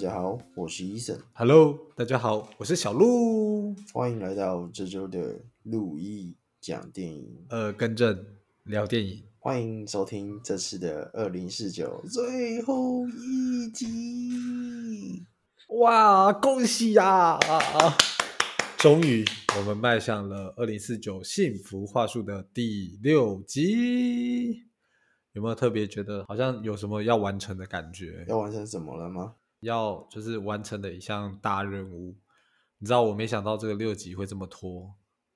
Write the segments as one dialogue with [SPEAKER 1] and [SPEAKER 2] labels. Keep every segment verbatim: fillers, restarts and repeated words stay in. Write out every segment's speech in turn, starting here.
[SPEAKER 1] 家好，我是 Eason，
[SPEAKER 2] Hello，大家好，我是小鹿。
[SPEAKER 1] 欢迎来到这周的路易讲电影，
[SPEAKER 2] 呃，更正聊电影。
[SPEAKER 1] 欢迎收听这次的二零四九最后一集。
[SPEAKER 2] 哇，恭喜呀、啊！终于，我们迈向了二零四九幸福话术的第六集。有没有特别觉得好像有什么要完成的感觉？
[SPEAKER 1] 要完成什么了吗？
[SPEAKER 2] 要就是完成的一项大任务。你知道我没想到这个六集会这么拖。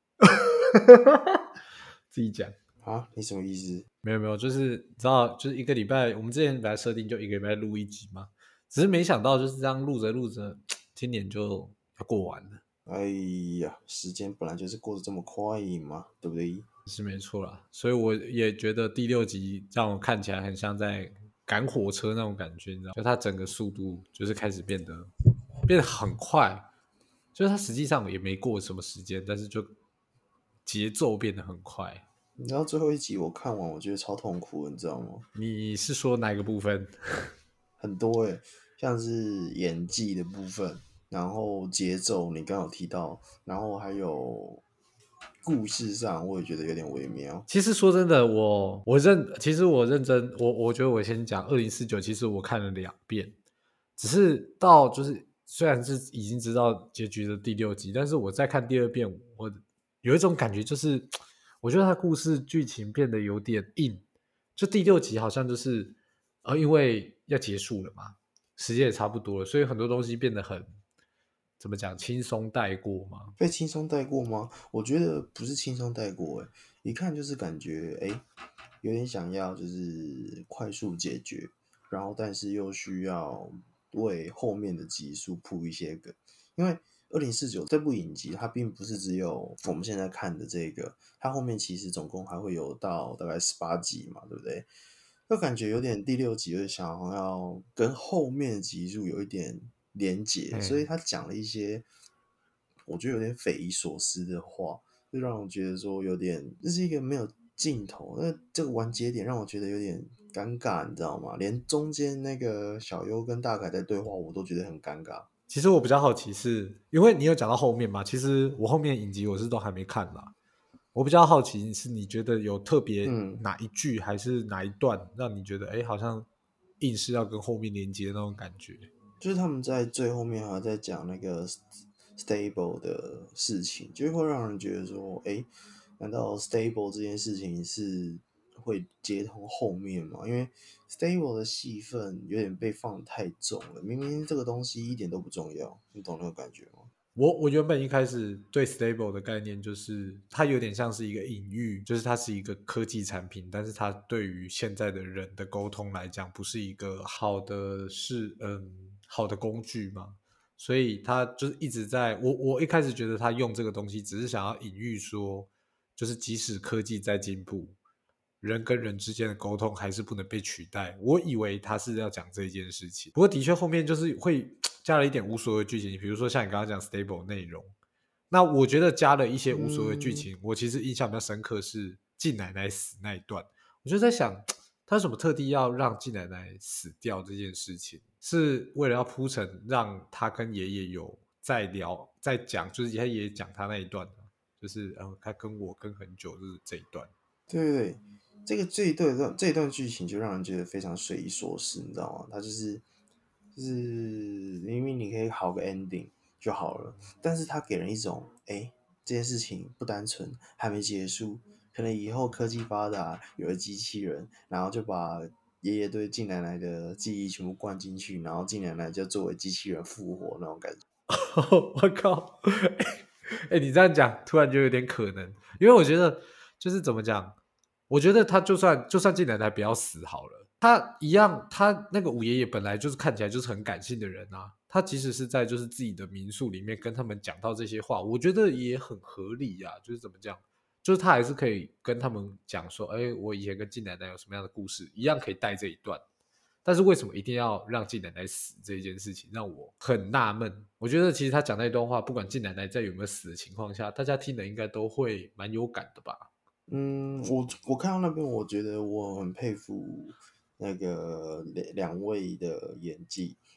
[SPEAKER 2] 自己讲。
[SPEAKER 1] 啊，你什么意思？
[SPEAKER 2] 没有没有，就是你知道，就是一个礼拜，我们之前本来设定就一个礼拜录一集嘛，只是没想到就是这样录着录着，今年就要过完了。
[SPEAKER 1] 哎呀，时间本来就是过得这么快嘛，对不对？
[SPEAKER 2] 是没错啦，所以我也觉得第六集让我看起来很像在赶火车那种感觉，你知道，就它整个速度就是开始变得变得很快，就是它实际上也没过什么时间，但是就节奏变得很快。
[SPEAKER 1] 你知道最后一集我看完，我觉得超痛苦的，你知道吗？
[SPEAKER 2] 你是说哪个部分？
[SPEAKER 1] 很多诶、像是演技的部分，然后节奏你刚好提到，然后还有故事上，我也觉得有点微妙。
[SPEAKER 2] 其实说真的，我我认，其实我认真，我我觉得我先讲二零四九，其实我看了两遍，只是到就是虽然是已经知道结局的第六集，但是我再看第二遍，我有一种感觉，就是我觉得它故事剧情变得有点硬，就第六集好像就是呃，因为要结束了嘛，时间也差不多了，所以很多东西变得很怎么讲，轻松带过嘛。
[SPEAKER 1] 被轻松带过吗？我觉得不是轻松带过，诶，一看就是感觉，诶，有点想要就是快速解决，然后但是又需要为后面的集数铺一些梗，因为二零四九这部影集它并不是只有我们现在看的这个，它后面其实总共还会有到大概十八集嘛，对不对？就感觉有点第六集就想要跟后面的集数有一点连结，所以
[SPEAKER 2] 哎，
[SPEAKER 1] 他讲了一些我觉得有点匪夷所思的话，就让我觉得说有点这是一个没有尽头，那这个完结点让我觉得有点尴尬，你知道吗？连中间那个小优跟大凯在对话，我都觉得很尴尬。
[SPEAKER 2] 其实我比较好奇是，因为你有讲到后面嘛，其实我后面影集我是都还没看啦。我比较好奇是你觉得有特别
[SPEAKER 1] 嗯，
[SPEAKER 2] 哪一句还是哪一段让你觉得哎，好像硬是要跟后面连接的那种感觉？
[SPEAKER 1] 就是他们在最后面还在讲那个 stable 的事情，就会让人觉得说，哎，难道 stable 这件事情是会接通后面吗？因为 stable 的戏份有点被放太重了，明明这个东西一点都不重要，你懂那个感觉吗？
[SPEAKER 2] 我我原本一开始对 stable 的概念就是它有点像是一个隐喻，就是它是一个科技产品，但是它对于现在的人的沟通来讲，不是一个好的是嗯好的工具嘛，所以他就是一直在我我一开始觉得他用这个东西只是想要隐喻说，就是即使科技在进步，人跟人之间的沟通还是不能被取代。我以为他是要讲这件事情，不过的确后面就是会加了一点无所谓的剧情，比如说像你刚刚讲 stable 内容，那我觉得加了一些无所谓的剧
[SPEAKER 1] 嗯，
[SPEAKER 2] 情，我其实印象比较深刻是季奶奶死那一段，我就在想，他为什么特地要让季奶奶死掉这件事情，是为了要铺陈让他跟爷爷有在聊在讲，就是他爷爷讲他那一段，就是呃他跟我跟很久就是这一段。
[SPEAKER 1] 对对对，这个这一段这一段剧情就让人觉得非常匪夷所思，你知道吗？它就是就是明明你可以好个 ending 就好了，但是它给人一种哎、诶这件事情不单纯，还没结束，可能以后科技发达，有了机器人，然后就把爷爷对静奶奶的记忆全部灌进去，然后静奶奶就作为机器人复活那种感觉。
[SPEAKER 2] 我靠！哎、欸，你这样讲，突然就有点可能，因为我觉得就是怎么讲，我觉得他就算就算进奶奶不要死好了，他一样，他那个五爷爷本来就是看起来就是很感性的人啊，他即使是在就是自己的民宿里面跟他们讲到这些话，我觉得也很合理呀、啊。就是怎么讲，就是他还是可以跟他们讲说，哎、欸，我以前跟进奶奶有什么样的故事，一样可以带这一段。但是为什么一定要让静奶奶死这件事情，让我很纳闷。我觉得其实他讲那段话，不管静奶奶在有没有死的情况下，大家听了应该都会蛮有感的吧？
[SPEAKER 1] 嗯，我我看到那边，我觉得我很佩服那个两两位的演技，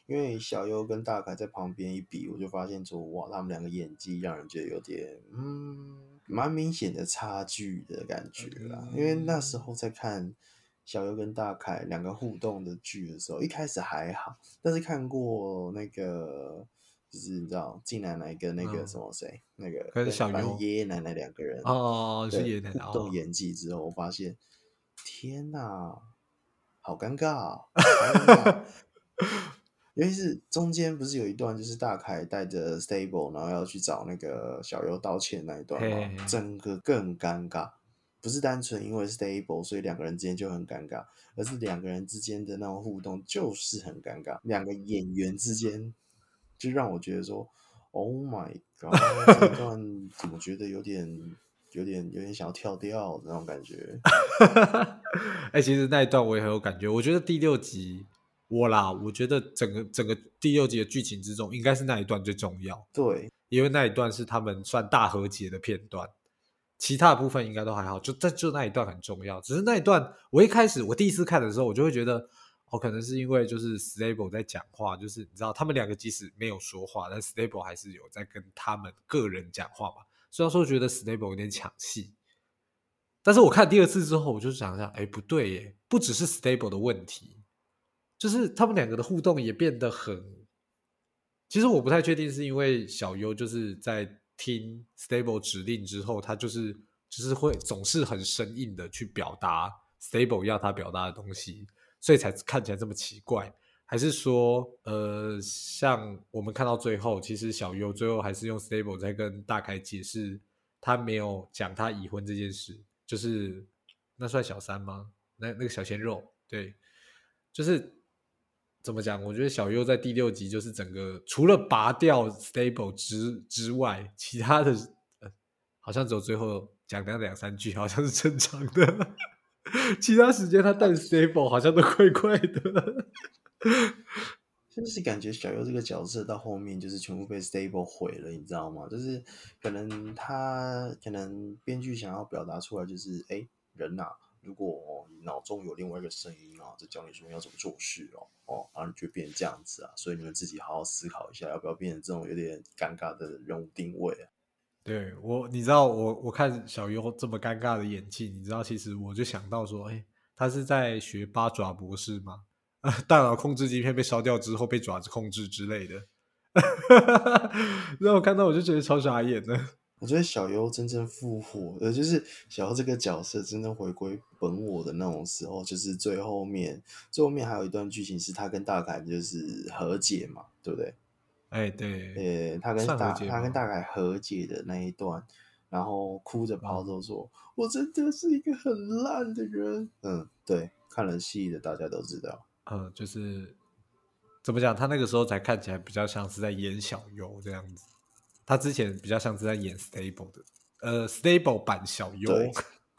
[SPEAKER 1] 因为小优跟大凯在旁边一比，我就发现说，哇，他们两个演技让人觉得有点，嗯，蛮明显的差距的感觉啦。因为那时
[SPEAKER 2] 嗯，
[SPEAKER 1] 候在看小优跟大凯两个互动的剧的时候，一开始还好，但是看过那个，就是你知道静奶奶跟那个什
[SPEAKER 2] 嗯，
[SPEAKER 1] 么谁，那个
[SPEAKER 2] 跟
[SPEAKER 1] 跟反正
[SPEAKER 2] 小优
[SPEAKER 1] 爷爷奶奶两个人
[SPEAKER 2] 哦，是
[SPEAKER 1] 对
[SPEAKER 2] 爷爷奶奶哦，
[SPEAKER 1] 互动演技之后，我发现，天哪！好尴尬啊，超尴尬。尤其是中间不是有一段，就是大凯带着 Stable，然后要去找那个小优道歉那一段吗？
[SPEAKER 2] 嘿嘿嘿，
[SPEAKER 1] 整个更尴尬，不是单纯因为 Stable，所以两个人之间就很尴尬，而是两个人之间的那种互动就是很尴尬，两个演员之间就让我觉得说，Oh my god，这一段怎么觉得有点、有点、有点想要跳掉的那种感觉？
[SPEAKER 2] 哎、其实那一段我也很有感觉。我觉得第六集我啦，我觉得整个整个第六集的剧情之中，应该是那一段最重要，
[SPEAKER 1] 对，
[SPEAKER 2] 因为那一段是他们算大和解的片段，其他的部分应该都还好，就但就那一段很重要。只是那一段，我一开始我第一次看的时候，我就会觉得，哦，可能是因为就是 Stable 在讲话，就是你知道他们两个即使没有说话，但 Stable 还是有在跟他们个人讲话嘛。虽然说觉得 Stable 有点抢戏，但是我看第二次之后，我就想想，哎，不对耶，不只是 Stable 的问题，就是他们两个的互动也变得很……其实我不太确定，是因为小优就是在听 Stable 指令之后，他就是就是会总是很生硬的去表达 Stable 要他表达的东西，所以才看起来这么奇怪。还是说，呃，像我们看到最后，其实小优最后还是用 Stable 在跟大凯解释，他没有讲他已婚这件事，就是那算小三吗？那那个小鲜肉，对，就是怎么讲？我觉得小优在第六集就是整个除了拔掉 Stable 之之外，其他的、呃、好像只有最后讲那两三句好像是正常的，其他时间他带 Stable 好像都怪怪的。
[SPEAKER 1] 就是感觉小优这个角色到后面就是全部被 Stable 毁了，你知道吗？就是可能他可能编剧想要表达出来，就是哎，人呐、啊，如果你脑中有另外一个声音啊，在教你说要怎么做事哦，哦，然后你就变成这样子啊，所以你们自己好好思考一下，要不要变成这种有点尴尬的人物定位啊？
[SPEAKER 2] 对我，你知道我我看小优这么尴尬的演技，你知道其实我就想到说，哎，他是在学八爪博士吗？大脑控制晶片被烧掉之后被爪子控制之类的，让我看到我就觉得超傻眼的。
[SPEAKER 1] 我觉得小优真正复活，呃，就是小优这个角色真正回归本我的那种时候，就是最后面，最后面还有一段剧情是他跟大凯就是和解嘛，对不对？
[SPEAKER 2] 哎，对，
[SPEAKER 1] 呃，他跟
[SPEAKER 2] 算和
[SPEAKER 1] 大他跟
[SPEAKER 2] 解吗？
[SPEAKER 1] 大凯和解的那一段，然后哭着跑
[SPEAKER 2] 嗯
[SPEAKER 1] 走说：“我真的是一个很烂的人。”嗯，对，看了戏的大家都知道。
[SPEAKER 2] 呃，就是怎么讲，他那个时候才看起来比较像是在演小优这样子，他之前比较像是在演 Stable 的，呃，Stable 版小优。
[SPEAKER 1] 对，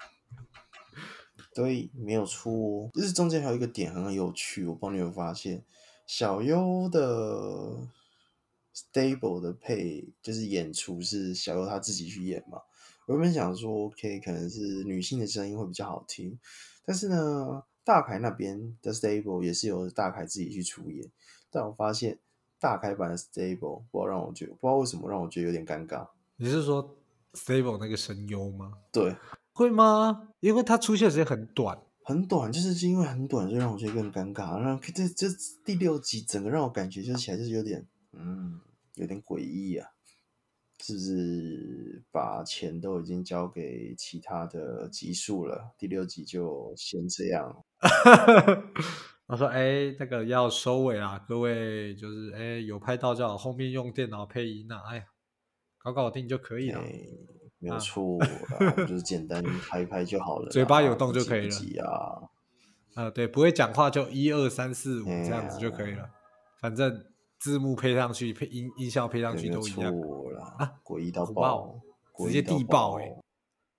[SPEAKER 1] 对，没有错哦。就是中间还有一个点很有趣，我不知道你有没有发现，小优的 Stable 的配就是演出是小优他自己去演嘛。我原本想说，OK，可能是女性的声音会比较好听，但是呢，大凯那边的 Stable 也是由大凯自己去出演，但我发现大凯版的 Stable 不知道让我觉得，不知道为什么让我觉得有点尴尬。
[SPEAKER 2] 你是说 Stable 那个声优吗？
[SPEAKER 1] 对，
[SPEAKER 2] 会吗？因为他出现的时间很短。
[SPEAKER 1] 很短，就是因为很短，就让我觉得更尴尬。然后这这第六集整个让我感觉就是起来就是有点，嗯，有点诡异啊。是不是把钱都已经交给其他的集数了？第六集就先这样。
[SPEAKER 2] 他说：“哎，那个要收尾啊，各位，就是哎，有拍到就好，后面用电脑配音啊，哎呀，搞搞定就可以了
[SPEAKER 1] 哎，没有
[SPEAKER 2] 啊，
[SPEAKER 1] 错啦，我们就是简单拍拍就好了
[SPEAKER 2] 嘴巴有
[SPEAKER 1] 啦，
[SPEAKER 2] 动
[SPEAKER 1] 不急不
[SPEAKER 2] 就可以了。
[SPEAKER 1] 急啊。
[SPEAKER 2] 啊，对，不会讲话就一二三四
[SPEAKER 1] 哎
[SPEAKER 2] 五这样子就可以
[SPEAKER 1] 呀，
[SPEAKER 2] 了，反正字幕配上去，配音音效配上
[SPEAKER 1] 对，没有
[SPEAKER 2] 去都一样
[SPEAKER 1] 错啦，
[SPEAKER 2] 啊。
[SPEAKER 1] 诡异到
[SPEAKER 2] 哦哇哦，
[SPEAKER 1] 爆，诡异到
[SPEAKER 2] 直接地爆哎、
[SPEAKER 1] 爆。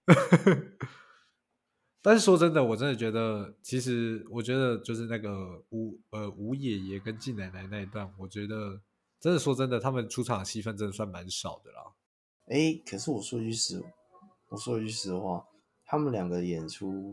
[SPEAKER 2] 但是说真的，我真的觉得，其实我觉得就是那个吴呃吴爷爷跟季奶奶那一段，我觉得真的说真的，他们出场的戏份真的算蛮少的啦。
[SPEAKER 1] 哎，可是我说一句实，我说一句实话，他们两个演出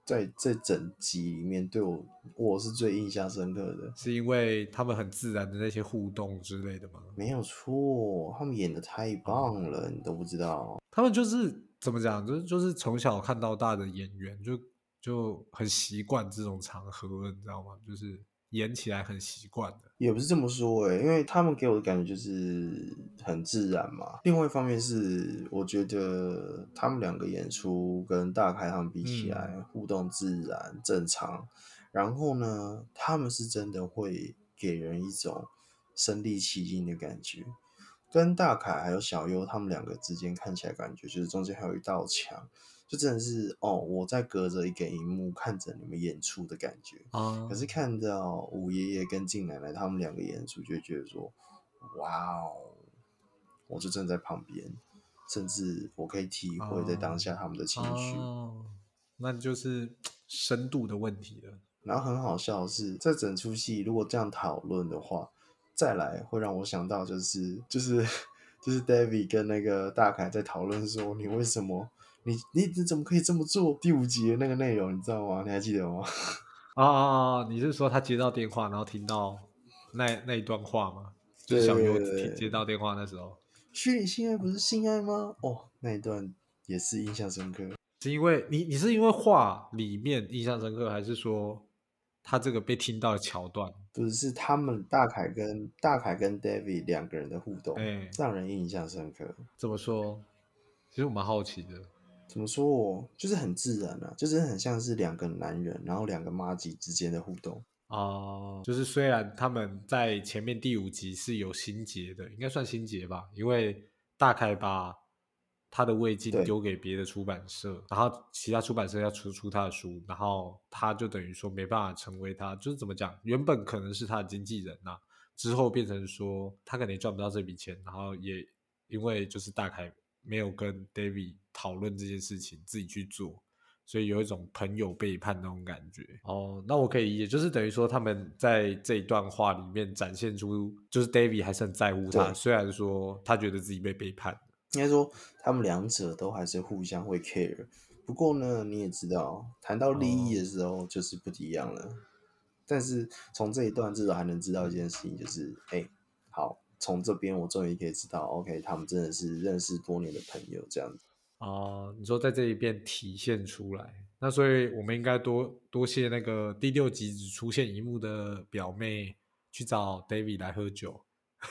[SPEAKER 1] 在这整集里面对我我是最印象深刻的。
[SPEAKER 2] 是因为他们很自然的那些互动之类的吗？
[SPEAKER 1] 没有错，他们演的太棒了，哦、你都不知道。
[SPEAKER 2] 他们就是怎么讲，就是就是从小看到大的演员，就就很习惯这种场合，你知道吗？就是演起来很习惯的。
[SPEAKER 1] 也不是这么说诶、欸，因为他们给我的感觉就是很自然嘛。另外一方面是，我觉得他们两个演出跟大凯他们比起来，嗯、互动自然正常。然后呢，他们是真的会给人一种身临其境的感觉。跟大凯还有小优他们两个之间看起来感觉就是中间还有一道墙，就真的是哦，我在隔着一个荧幕看着你们演出的感觉。
[SPEAKER 2] 啊、
[SPEAKER 1] 可是看到五爷爷跟静奶奶他们两个演出，就会觉得说，哇哦，我就站在旁边，甚至我可以体会在当下他们的情绪。
[SPEAKER 2] 哦，那就是深度的问题了。
[SPEAKER 1] 然后很好笑的是，这整出戏如果这样讨论的话，再来会让我想到就是就是就是 David 跟那个大凯在讨论说，你为什么你你你怎么可以这么做？第五集的那个内容你知道吗？你还记得吗？
[SPEAKER 2] 啊啊啊！你是说他接到电话，然后听到那那一段话吗？就是小优接到电话那时候，
[SPEAKER 1] 虚拟性爱不是性爱吗？哦，那一段也是印象深刻。
[SPEAKER 2] 是因为你你是因为话里面印象深刻，还是说他这个被听到的桥段？
[SPEAKER 1] 不是，是他们大凯跟大凯跟 David 两个人的互动，
[SPEAKER 2] 哎，
[SPEAKER 1] 让人印象深刻。
[SPEAKER 2] 怎么说？其实我蛮好奇的。
[SPEAKER 1] 怎么说？就是很自然啊，就是很像是两个男人，然后两个麻吉之间的互动。
[SPEAKER 2] 哦、就是虽然他们在前面第五集是有心结的，应该算心结吧，因为大概把他的胃镜
[SPEAKER 1] 对，
[SPEAKER 2] 丢给别的出版社，然后其他出版社要出出他的书，然后他就等于说没办法成为他，就是怎么讲，原本可能是他的经纪人呐、之后变成说他可能也赚不到这笔钱，然后也因为就是大凯没有跟 David 讨论这件事情，自己去做。所以有一种朋友背叛那种感觉哦，那我可以理解，就是等于说他们在这一段话里面展现出，就是 David 还是很在乎他，虽然说他觉得自己被背叛。
[SPEAKER 1] 应该说他们两者都还是互相会 care，不过呢，你也知道，谈到利益的时候就是不一样了。哦、但是从这一段至少还能知道一件事情，就是哎、欸，好，从这边我终于可以知道 ，OK， 他们真的是认识多年的朋友这样子。
[SPEAKER 2] 哦，你说在这一边体现出来，那所以我们应该多多谢那个第六集只出现一幕的表妹去找 David 来喝酒。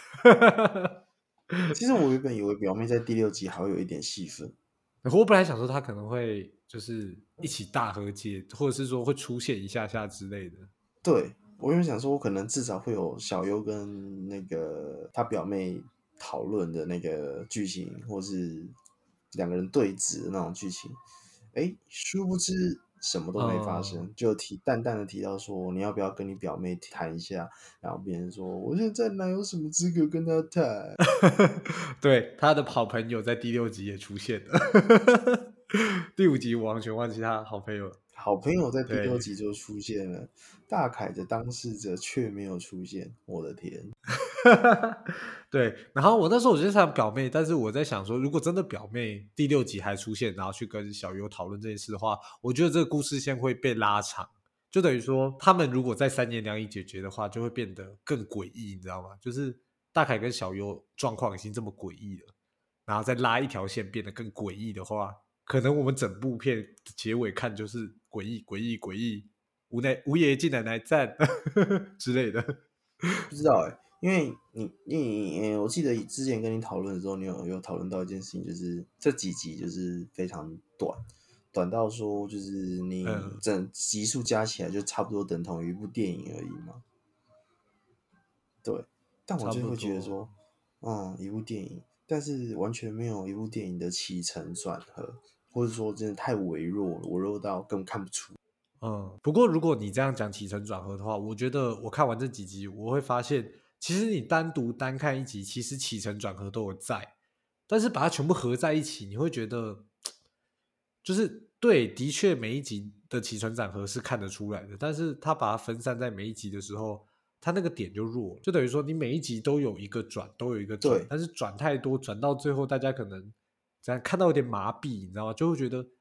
[SPEAKER 1] 其实我原本以为表妹在第六集还会有一点戏份，
[SPEAKER 2] 我本来想说他可能会就是一起大和解，或者是说会出现一下下之类的。
[SPEAKER 1] 对，我原本想说，我可能至少会有小优跟那个他表妹讨论的那个剧情，或是两个人对峙的那种剧情。哎，殊不知什么都没发生，嗯、就提淡淡的提到说，你要不要跟你表妹谈一下？然后别人说，我现在哪有什么资格跟他谈？
[SPEAKER 2] 对，他的好朋友在第六集也出现了。第五集我完全忘记他好朋友，
[SPEAKER 1] 好朋友在第六集就出现了，大凯的当事者却没有出现，我的天！
[SPEAKER 2] 对，然后我那时候我就想表妹，但是我在想说，如果真的表妹第六集还出现，然后去跟小优讨论这件事的话，我觉得这个故事线会被拉长，就等于说他们如果在三言两语解决的话，就会变得更诡异，你知道吗？就是大凯跟小优状况已经这么诡异了，然后再拉一条线变得更诡异的话，可能我们整部片结尾看就是诡异诡异诡异，无奈无爷进奶奶赞之类的，
[SPEAKER 1] 不知道哎、欸。因为你你、欸、我记得之前跟你讨论的时候，你有有讨论到一件事情，就是这几集就是非常短，短到说就是你整集数加起来就差不多等同于一部电影而已嘛。对，但我就会觉得说，嗯，一部电影，但是完全没有一部电影的起承转合，或者说真的太微弱了，微弱到根本看不出。
[SPEAKER 2] 嗯，不过如果你这样讲起承转合的话，我觉得我看完这几集，我会发现，其实你单独单看一集，其实起承转合都有在，但是把它全部合在一起，你会觉得，就是对，的确每一集的起承转合是看得出来的，但是他把它分散在每一集的时候，他那个点就弱了，就等于说你每一集都有一个转，都有一个转，但是转太多，转到最后大家可能这样看到有点麻痹，你知道吗？就会觉得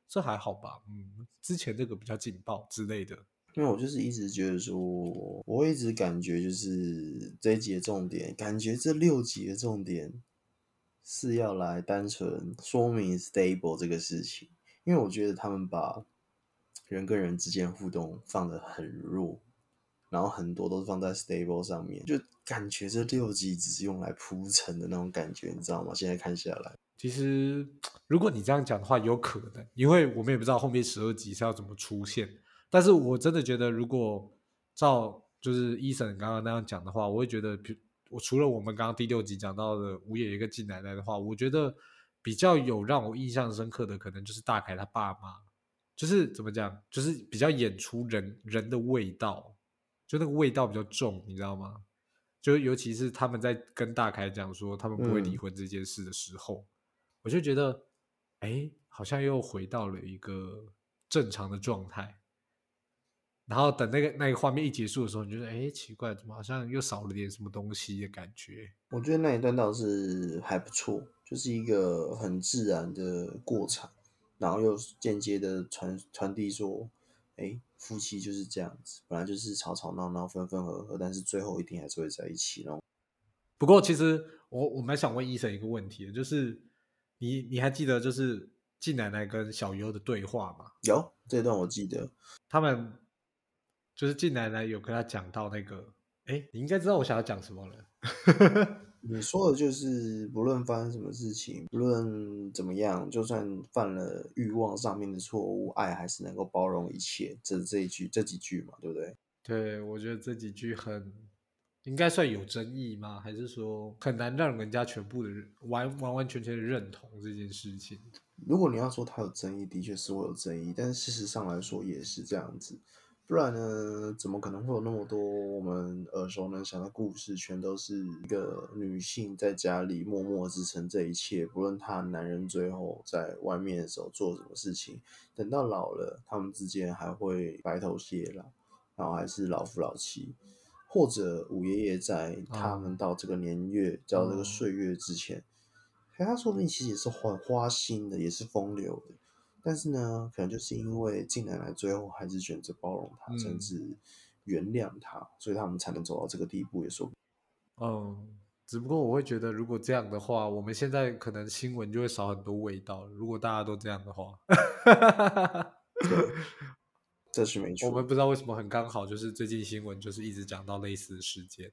[SPEAKER 2] 这还好吧，嗯，之前这个比较劲爆之类的。
[SPEAKER 1] 因为我就是一直觉得说，我会一直感觉就是这一集的重点，感觉这六集的重点是要来单纯说明 stable 这个事情，因为我觉得他们把人跟人之间互动放得很弱，然后很多都是放在 stable 上面，就感觉这六集只是用来铺陈的那种感觉，你知道吗？现在看下来，
[SPEAKER 2] 其实如果你这样讲的话，有可能，因为我们也不知道后面十二集是要怎么出现。但是我真的觉得，如果照就是伊森刚刚那样讲的话，我会觉得，我除了我们刚刚第六集讲到的吴爷爷跟季奶奶的话，我觉得比较有让我印象深刻的，可能就是大凯他爸妈，就是怎么讲，就是比较演出人人的味道，就那个味道比较重，你知道吗？就尤其是他们在跟大凯讲说他们不会离
[SPEAKER 1] 嗯，
[SPEAKER 2] 婚这件事的时候，我就觉得，哎，好像又回到了一个正常的状态。然后等那个那个画面一结束的时候，你觉得，哎，奇怪，怎么好像又少了点什么东西的感觉？
[SPEAKER 1] 我觉得那一段倒是还不错，就是一个很自然的过程，然后又间接的传传递说，哎，夫妻就是这样子，本来就是吵吵闹闹、分分合合，但是最后一定还是会在一起。然后
[SPEAKER 2] 不过其实我我蛮想问医生一个问题的，就是你你还记得就是季奶奶跟小优的对话吗？
[SPEAKER 1] 有这段我记得，
[SPEAKER 2] 他们就是季奶奶有跟他讲到那个，哎，你应该知道我想要讲什么了。
[SPEAKER 1] 你说的就是不论发生什么事情，不论怎么样，就算犯了欲望上面的错误，爱还是能够包容一切。这这一句这几句嘛，对不对？
[SPEAKER 2] 对，我觉得这几句很应该算有争议吗？还是说很难让人家全部的人完完完全全的认同这件事情？
[SPEAKER 1] 如果你要说它有争议，的确是会有争议，但是事实上来说也是这样子。不然呢，怎么可能会有那么多我们耳熟能详的故事，全都是一个女性在家里默默支撑这一切，不论她男人最后在外面的时候做什么事情，等到老了，他们之间还会白头偕老，然后还是老夫老妻，或者五爷爷在他们
[SPEAKER 2] 哦
[SPEAKER 1] 到这个年月，到这个
[SPEAKER 2] 哦，
[SPEAKER 1] 岁月之前。可他说不定其实也是很花心的，也是风流的，但是呢，可能就是因为静奶奶最后还是选择包容他，甚
[SPEAKER 2] 嗯
[SPEAKER 1] 至原谅他，所以他们才能走到这个地步，也说不定。
[SPEAKER 2] 哦，只不过我会觉得，如果这样的话，我们现在可能新闻就会少很多味道了。如果大家都这样的话，
[SPEAKER 1] 对，这是没
[SPEAKER 2] 我们
[SPEAKER 1] 错。
[SPEAKER 2] 不知道为什么很刚好，就是最近新闻就是一直讲到类似的事件，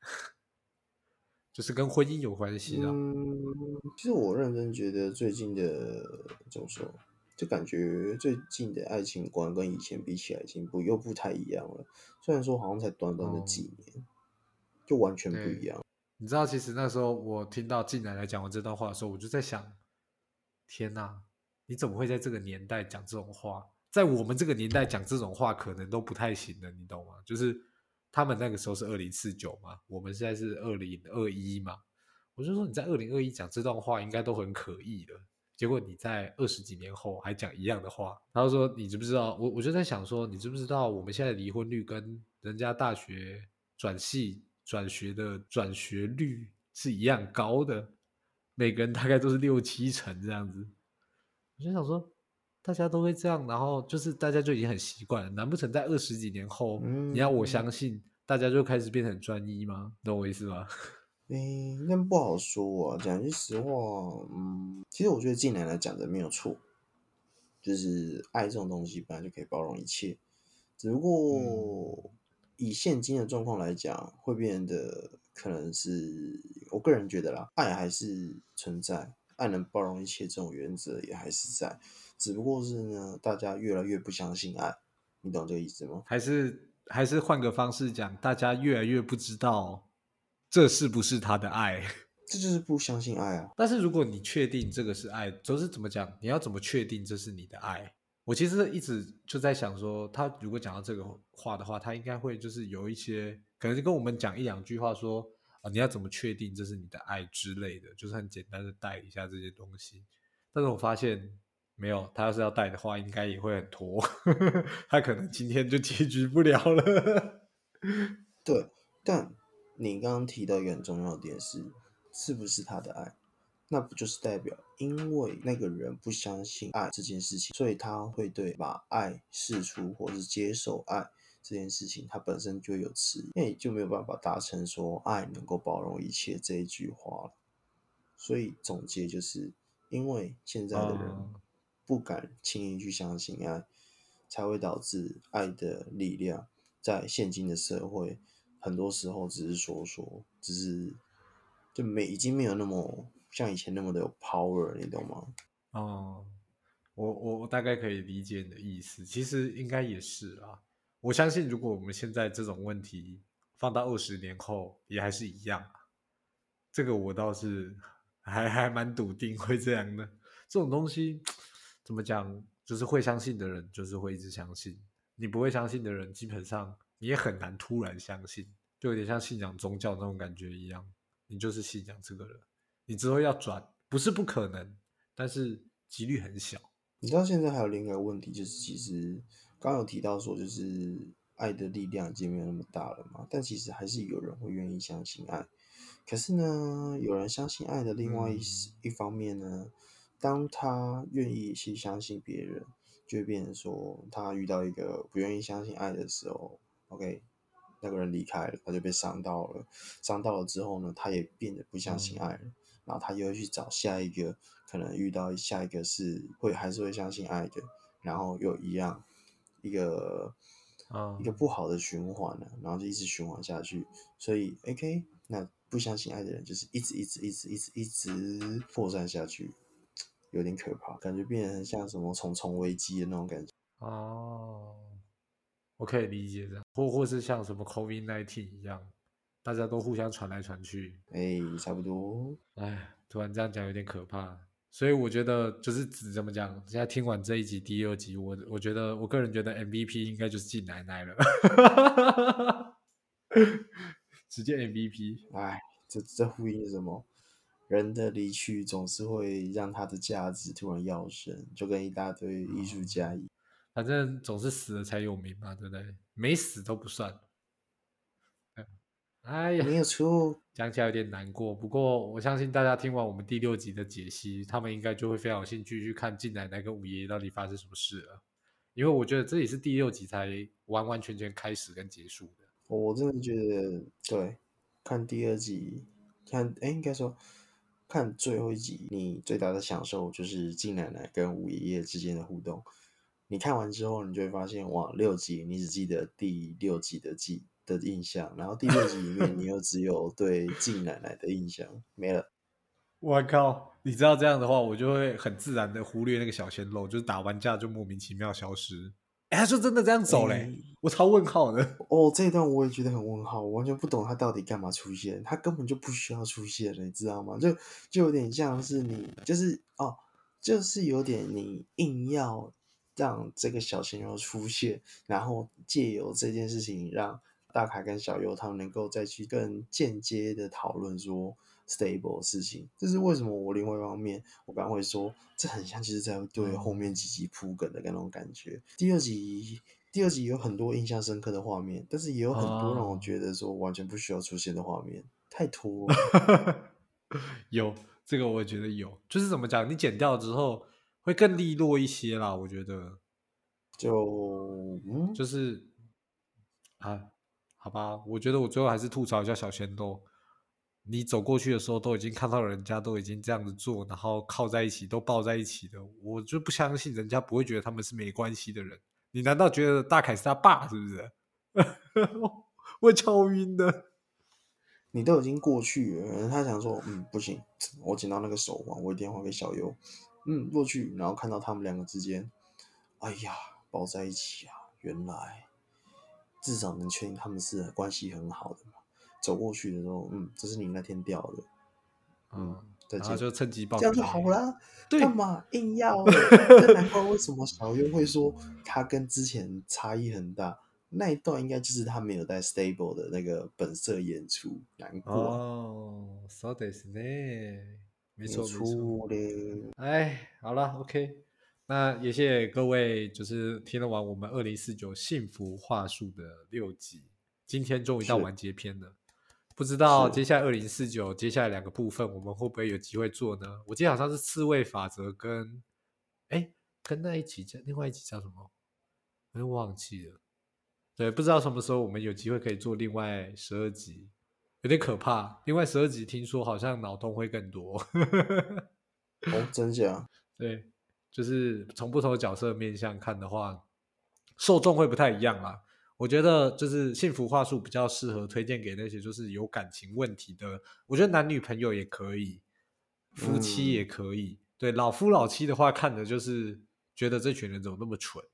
[SPEAKER 2] 就是跟婚姻有关系的。
[SPEAKER 1] 嗯，其实我认真觉得最近的怎么说，就感觉最近的爱情观跟以前比起来，已经不又不太一样了。虽然说好像才短短的
[SPEAKER 2] 哦，
[SPEAKER 1] 几年，就完全不一
[SPEAKER 2] 对，
[SPEAKER 1] 样。
[SPEAKER 2] 你知道，其实那时候我听到静奶奶讲完这段话的时候，我就在想，天哪，你怎么会在这个年代讲这种话？在我们这个年代讲这种话，可能都不太行的，你懂吗？就是他们那个时候是二零四九嘛，我们现在是二零二一嘛。我就说你在二零二一讲这段话，应该都很可疑的。结果你在二十几年后还讲一样的话，他就说你知不知道？我我就在想说，你知不知道我们现在离婚率跟人家大学转系转学的转学率是一样高的，每个人大概都是六七成这样子。我就想说，大家都会这样，然后就是大家就已经很习惯了，难不成在二十几年后，你要我
[SPEAKER 1] 嗯，
[SPEAKER 2] 相信大家就开始变得很专一吗？懂我意思吗？
[SPEAKER 1] 诶，那不好说啊。讲句实话，嗯，其实我觉得静奶奶讲的没有错，就是爱这种东西本来就可以包容一切，只不过
[SPEAKER 2] 嗯
[SPEAKER 1] 以现今的状况来讲，会变得可能是我个人觉得啦，爱还是存在，爱能包容一切这种原则也还是在，只不过是呢，大家越来越不相信爱，你懂这个意思吗？
[SPEAKER 2] 还是还是换个方式讲，大家越来越不知道这是不是他的爱。
[SPEAKER 1] 这就是不相信爱啊。
[SPEAKER 2] 但是如果你确定这个是爱，就是怎么讲？你要怎么确定这是你的爱？我其实一直就在想说，他如果讲到这个话的话，他应该会就是有一些可能跟我们讲一两句话说啊、呃你要怎么确定这是你的爱之类的，就是很简单的带一下这些东西。但是我发现没有，他要是要带的话，应该也会很拖，他可能今天就解决不了了。
[SPEAKER 1] 对，但你刚刚提到一个很重要的点是，是不是他的爱？ 那不就是代表，因为那个人不相信爱这件事情，所以他会对把爱释出或是接受爱这件事情，他本身就有迟疑，那也就没有办法达成说爱能够包容一切这一句话了。所以总结就是，因为现在的人
[SPEAKER 2] 嗯
[SPEAKER 1] 不敢轻易去相信爱，才会导致爱的力量在现今的社会，很多时候只是说说，只是就没已经没有那么像以前那么的有 power，你懂吗？
[SPEAKER 2] 哦，我我我大概可以理解你的意思，其实应该也是啊。我相信，如果我们现在这种问题放到二十年后，也还是一样啊。这个我倒是还还蛮笃定会这样的。这种东西怎么讲，就是会相信的人就是会一直相信，你不会相信的人，基本上你也很难突然相信，就有点像信仰宗教那种感觉一样，你就是信仰这个人，你之后要转不是不可能，但是几率很小。
[SPEAKER 1] 你知道现在还有另一个问题，就是其实刚刚有提到说，就是爱的力量已经没有那么大了嘛，但其实还是有人会愿意相信爱。可是呢，有人相信爱的另外一
[SPEAKER 2] 嗯
[SPEAKER 1] 一方面呢，当他愿意去相信别人，就会变成说，他遇到一个不愿意相信爱的时候，OK，那个人离开了，他就被伤到了，伤到了之后呢，他也变得不相信爱
[SPEAKER 2] 嗯
[SPEAKER 1] 了，然后他又会去找下一个，可能遇到下一个是会还是会相信爱的，然后又一样一个一个
[SPEAKER 2] 嗯
[SPEAKER 1] 不好的循环呢，然后就一直循环下去，所以 OK，那不相信爱的人就是一直一直一直一直一直扩散下去，有点可怕，感觉变得很像什么重重危机的那种感觉。
[SPEAKER 2] 哦，我可以理解这样，或或是像什么 COVID 十九 一样，大家都互相传来传去，
[SPEAKER 1] 哎，差不多。
[SPEAKER 2] 哎，突然这样讲有点可怕。所以我觉得就是只怎么讲，现在听完这一集第二集，我我觉得我个人觉得 M V P 应该就是进奶奶了，直接 M V P。
[SPEAKER 1] 哎，这这呼应是什么？人的离去总是会让他的价值突然跃升，就跟一大堆艺术
[SPEAKER 2] 哦，
[SPEAKER 1] 家一样。
[SPEAKER 2] 反正总是死了才有名嘛，对不对？没死都不算。哎呀，
[SPEAKER 1] 没有错。
[SPEAKER 2] 讲起来有点难过。不过我相信大家听完我们第六集的解析，他们应该就会非常有兴趣去看进奶奶跟五爷爷到底发生什么事了。因为我觉得这也是第六集才完完全全开始跟结束的。
[SPEAKER 1] 我真的觉得，对，看第二集，看，哎，应该说看最后一集，你最大的享受就是金奶奶跟五爷爷之间的互动。你看完之后，你就会发现，哇，六集你只记得第六集的记的印象，然后第六集里面你又只有对静奶奶的印象，没了。
[SPEAKER 2] 我靠！你知道这样的话，我就会很自然的忽略那个小鲜肉，就是打完架就莫名其妙消失。哎，他就真的这样走嘞、
[SPEAKER 1] 哎，
[SPEAKER 2] 我超问号的。
[SPEAKER 1] 哦，这一段我也觉得很问号，我完全不懂他到底干嘛出现，他根本就不需要出现了，你知道吗？就就有点像是你，就是哦，就是有点你硬要让这个小鲜肉出现，然后借由这件事情让大凯跟小优他们能够再去更间接的讨论说 stable 的事情，这是为什么我另外一方面我刚刚会说，这很像其实在对后面
[SPEAKER 2] 嗯
[SPEAKER 1] 几集铺梗的那种感觉。第二集。第二集有很多印象深刻的画面，但是也有很多让我
[SPEAKER 2] 哦，
[SPEAKER 1] 觉得说完全不需要出现的画面，太拖了。
[SPEAKER 2] 有这个我觉得有，就是怎么讲，你剪掉之后会更利落一些啦。我觉得
[SPEAKER 1] 就嗯，
[SPEAKER 2] 就是啊，好吧，我觉得我最后还是吐槽一下小鲜肉。你走过去的时候，都已经看到人家都已经这样子做，然后靠在一起，都抱在一起的，我就不相信人家不会觉得他们是没关系的人。你难道觉得大凯是他爸是不是？我超晕的。
[SPEAKER 1] 你都已经过去了，他想说，嗯，不行，我捡到那个手环，我一定要还给小优。嗯，过去，然后看到他们两个之间，哎呀，抱在一起啊，原来至少能确定他们是关系很好的嘛。走过去的时候，嗯，这是你那天掉的，嗯，
[SPEAKER 2] 嗯，
[SPEAKER 1] 再见。
[SPEAKER 2] 然后就趁机爆
[SPEAKER 1] 这样就
[SPEAKER 2] 个雷。
[SPEAKER 1] 好啦，干
[SPEAKER 2] 对，
[SPEAKER 1] 嘛硬要？这难怪为什么小优会说他跟之前差异很大。那一段应该就是他没有带 stable 的那个本色演出，难怪，
[SPEAKER 2] 哦，そうですね，没
[SPEAKER 1] 没有
[SPEAKER 2] 错没错。
[SPEAKER 1] 错嘞。
[SPEAKER 2] 哎，好了，OK，那也谢谢各位，就是听了完我们二零四九幸福话术的六集，今天终于到
[SPEAKER 1] 是，
[SPEAKER 2] 完结篇了。 不知道接
[SPEAKER 1] 是，
[SPEAKER 2] 下来二零四九接下来两个部分我们会不会有机会做呢？我记得好像是刺猬法则跟哎跟那一集叫另外一集叫什么？我又忘记了。对，不知道什么时候我们有机会可以做另外十二集，有点可怕。另外十二集听说好像脑洞会更多。
[SPEAKER 1] 哦，真假？
[SPEAKER 2] 对，就是从不同的角色面向看的话，受众会不太一样啦。我觉得就是幸福话术比较适合推荐给那些就是有感情问题的，我觉得男女朋友也可以，夫妻也
[SPEAKER 1] 嗯，
[SPEAKER 2] 可以。对，老夫老妻的话，看的就是觉得这群人怎么那么蠢。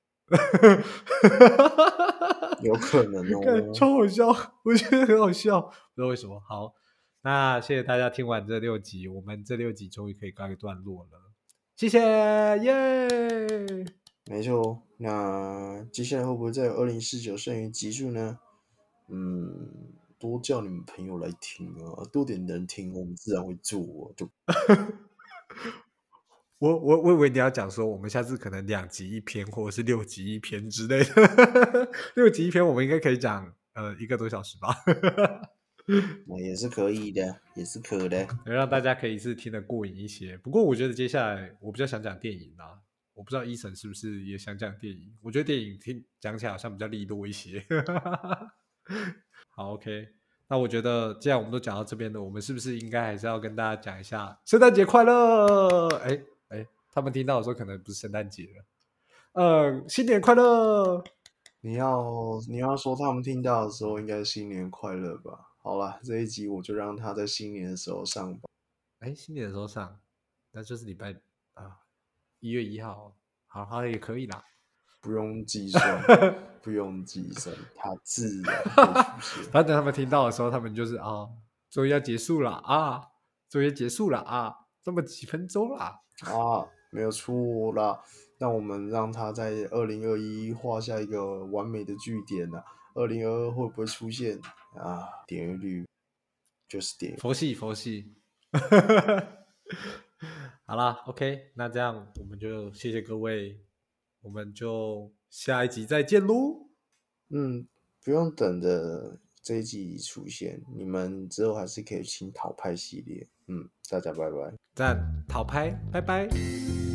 [SPEAKER 1] 有可能
[SPEAKER 2] 看
[SPEAKER 1] 哦。
[SPEAKER 2] 超好笑，我觉得很好笑，不知道为什么。好，那谢谢大家听完这六集，我们这六集终于可以告一段落了，谢谢，耶！
[SPEAKER 1] 没错，那接下来会不会再有二零四九剩余集数呢？嗯，多叫你们朋友来听啊，多点人听，我们自然会做啊。就
[SPEAKER 2] 我我我以为你要讲说，我们下次可能两集一篇，或者是六集一篇之类的。六集一篇，我们应该可以讲呃一个多小时吧。
[SPEAKER 1] 那也是可以的，也是可的。
[SPEAKER 2] 让大家可以是听得过瘾一些。不过我觉得接下来我比较想讲电影啦，我不知道伊森是不是也想讲电影？我觉得电影听讲起来好像比较利落一些。好，OK，那我觉得既然我们都讲到这边了，我们是不是应该还是要跟大家讲一下圣诞节快乐？哎哎，他们听到的时候可能不是圣诞节了，呃，新年快乐！
[SPEAKER 1] 你要你要说他们听到的时候，应该新年快乐吧？好了，这一集我就让他在新年的时候上吧，
[SPEAKER 2] 哎，新年的时候上，那就是礼拜啊一月一号，好好也可以啦。
[SPEAKER 1] 不用计算，不用计算，它自然会出现。
[SPEAKER 2] 反正他们听到的时候，他们就是啊，作业要结束了啊，作业结束了啊，这么几分钟啦。
[SPEAKER 1] 啊，没有错啦。那我们让他在二零二一画下一个完美的句点呢、啊？二零二二会不会出现啊？点阅率就是点。
[SPEAKER 2] 佛系佛系。好啦 OK，那这样我们就谢谢各位，我们就下一集再见喽。
[SPEAKER 1] 嗯，不用等着这一季出现，你们之后还是可以请讨拍系列。嗯，大家拜拜。
[SPEAKER 2] 赞讨拍，拜拜。